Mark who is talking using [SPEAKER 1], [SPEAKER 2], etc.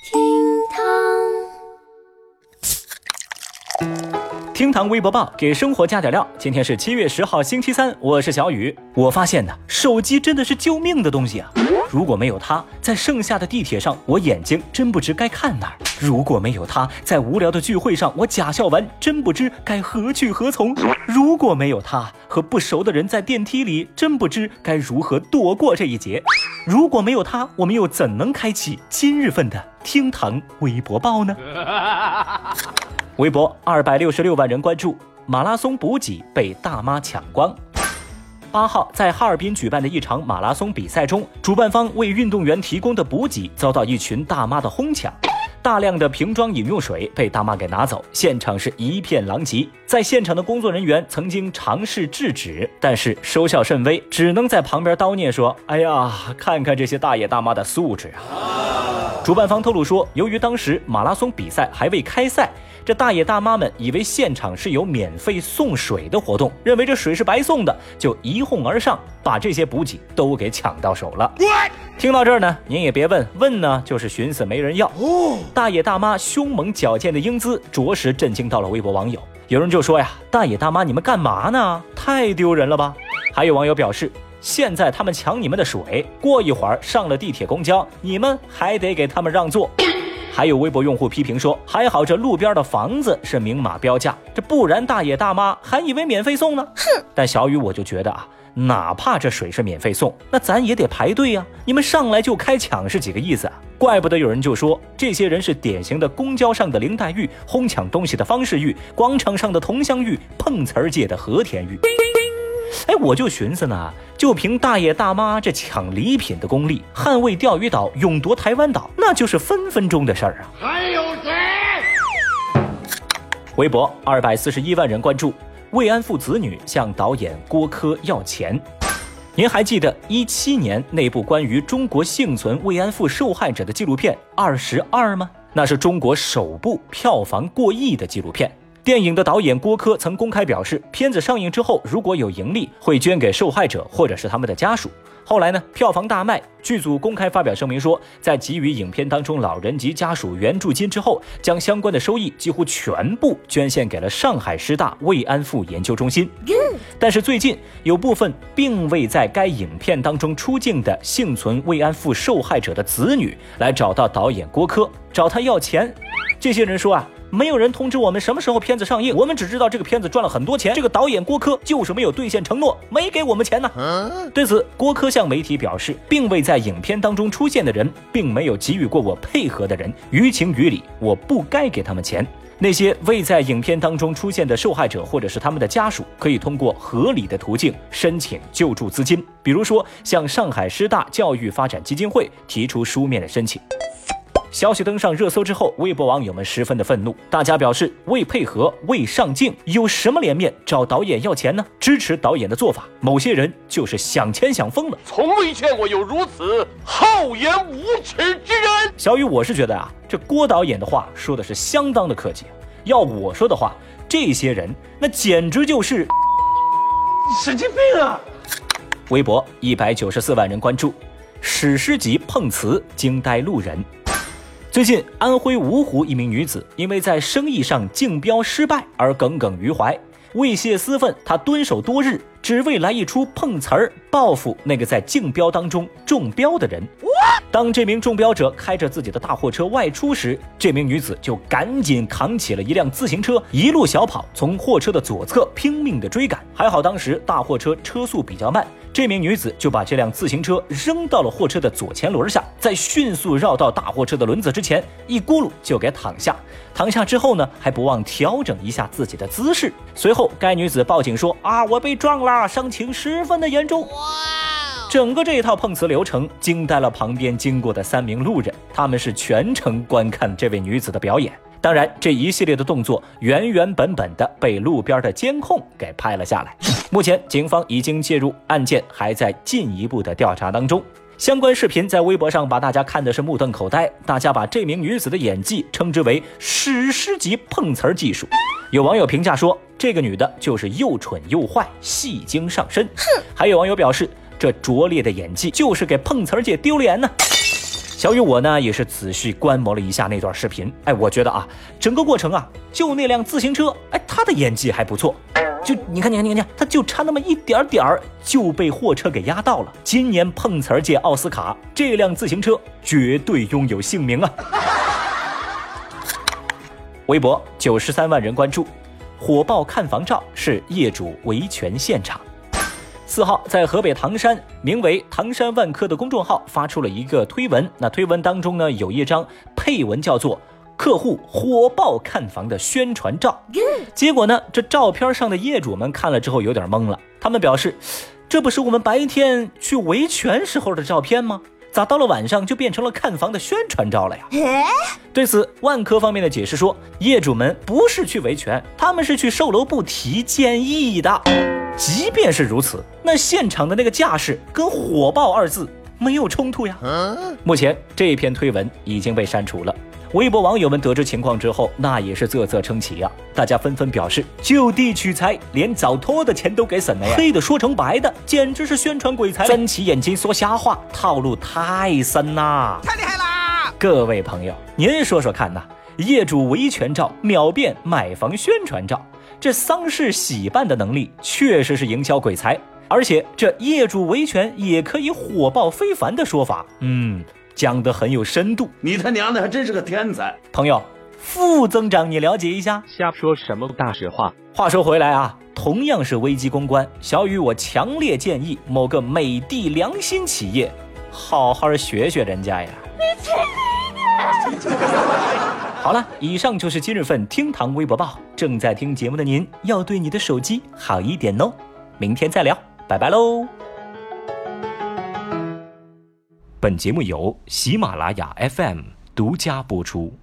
[SPEAKER 1] 厅堂微博报，给生活加点料。今天是7月10号星期三，我是小雨。我发现呢，手机真的是救命的东西啊！如果没有它，在盛夏的地铁上，我眼睛真不知该看哪儿；如果没有它，在无聊的聚会上，我假笑完真不知该何去何从；如果没有它，和不熟的人在电梯里，真不知该如何躲过这一劫；如果没有它，我们又怎能开启今日份的厅堂微博报呢？微博266万人关注，马拉松补给被大妈抢光。8号在哈尔滨举办的一场马拉松比赛中，主办方为运动员提供的补给遭到一群大妈的哄抢，大量的瓶装饮用水被大妈给拿走，现场是一片狼藉。在现场的工作人员曾经尝试制止，但是收效甚微，只能在旁边叨念说：“哎呀，看看这些大爷大妈的素质啊！”主办方透露说，由于当时马拉松比赛还未开赛，这大爷大妈们以为现场是有免费送水的活动，认为这水是白送的，就一哄而上，把这些补给都给抢到手了。听到这儿呢，您也别问呢就是寻思没人要。大爷大妈凶猛矫健的英姿着实震惊到了微博网友。有人就说呀，大爷大妈你们干嘛呢？太丢人了吧。还有网友表示，现在他们抢你们的水，过一会儿上了地铁公交，你们还得给他们让座。还有微博用户批评说，还好这路边的房子是明码标价，这不然大爷大妈还以为免费送呢。但小雨我就觉得啊，哪怕这水是免费送，那咱也得排队啊，你们上来就开抢是几个意思啊？怪不得有人就说，这些人是典型的公交上的林黛玉，哄抢东西的方世玉，广场上的佟湘玉，碰瓷儿界的和田玉。我就寻思呢，就凭大爷大妈这抢礼品的功力，捍卫钓鱼岛，勇夺台湾岛，那就是分分钟的事儿啊！还有谁？微博241万人关注，慰安妇子女向导演郭柯要钱。您还记得17年那部关于中国幸存慰安妇受害者的纪录片《22》吗？那是中国首部票房过亿的纪录片。电影的导演郭柯曾公开表示，片子上映之后如果有盈利，会捐给受害者或者是他们的家属。后来呢，票房大卖，剧组公开发表声明说，在给予影片当中老人及家属援助金之后，将相关的收益几乎全部捐献给了上海师大慰安妇研究中心。但是最近有部分并未在该影片当中出镜的幸存慰安妇受害者的子女来找到导演郭柯，找他要钱。这些人说啊，没有人通知我们什么时候片子上映，我们只知道这个片子赚了很多钱，这个导演郭柯就是没有兑现承诺，没给我们钱呢。对此，郭柯向媒体表示，并未在影片当中出现的人，并没有给予过我配合的人，于情于理，我不该给他们钱。那些未在影片当中出现的受害者或者是他们的家属，可以通过合理的途径申请救助资金，比如说向上海师大教育发展基金会提出书面的申请。消息登上热搜之后，微博网友们十分的愤怒，大家表示未配合未上镜，有什么脸面找导演要钱呢？支持导演的做法，某些人就是想钱想疯了，
[SPEAKER 2] 从未见过有如此厚颜无耻之人。
[SPEAKER 1] 小雨我是觉得啊，这郭导演的话说的是相当的客气，要我说的话，这些人那简直就是
[SPEAKER 2] 神经病啊！
[SPEAKER 1] 微博194万人关注，史诗级碰瓷惊呆路人。最近，安徽芜湖一名女子因为在生意上竞标失败而耿耿于怀，为泄私愤，她蹲守多日，只为来一出碰瓷儿，报复那个在竞标当中中标的人。当这名中标者开着自己的大货车外出时，这名女子就赶紧扛起了一辆自行车，一路小跑，从货车的左侧拼命的追赶。还好当时大货车车速比较慢，这名女子就把这辆自行车扔到了货车的左前轮下，再迅速绕到大货车的轮子之前，一咕噜就给躺下。躺下之后呢，还不忘调整一下自己的姿势。随后该女子报警说我被撞了，伤情十分的严重。整个这一套碰瓷流程惊呆了旁边经过的3名路人，他们是全程观看这位女子的表演。当然，这一系列的动作原本的被路边的监控给拍了下来。目前警方已经介入，案件还在进一步的调查当中。相关视频在微博上把大家看的是目瞪口呆，大家把这名女子的演技称之为史诗级碰瓷技术。有网友评价说，这个女的就是又蠢又坏，戏精上身。还有网友表示，这拙劣的演技就是给碰瓷界丢脸呢。 小雨我呢也是仔细观摩了一下那段视频，我觉得啊，整个过程啊，就那辆自行车，他的演技还不错。就你看，他就差那么一点点就被货车给压到了。今年碰瓷儿界奥斯卡，这辆自行车绝对拥有姓名啊！微博93万人关注，火爆看房照是业主维权现场。4号，在河北唐山，名为唐山万科的公众号发出了一个推文，那推文当中呢有一张配文叫做客户火爆看房的宣传照。结果呢，这照片上的业主们看了之后有点懵了，他们表示，这不是我们白天去维权时候的照片吗？咋到了晚上就变成了看房的宣传照了呀？对此，万科方面的解释说，业主们不是去维权，他们是去售楼部提建议的。即便是如此，那现场的那个架势跟火爆二字没有冲突呀。目前这篇推文已经被删除了。微博网友们得知情况之后，那也是啧啧称奇啊！大家纷纷表示就地取材，连早托的钱都给省了呀！黑的说成白的，简直是宣传鬼才，睁起眼睛说瞎话，套路太深啦！太厉害啦！各位朋友，您说说看呐，业主维权照秒变买房宣传照，这丧事喜办的能力确实是营销鬼才，而且这业主维权也可以火爆非凡的说法，讲得很有深度。
[SPEAKER 3] 你他娘的还真是个天才。
[SPEAKER 1] 朋友，副增长你了解一下？
[SPEAKER 4] 瞎说什么大实话。
[SPEAKER 1] 话说回来啊，同样是危机公关，小雨我强烈建议某个美的良心企业好好学学人家呀。好了，以上就是今日份厅堂微博报。正在听节目的您要对你的手机好一点哦。明天再聊，拜拜喽。本节目由喜马拉雅 FM 独家播出。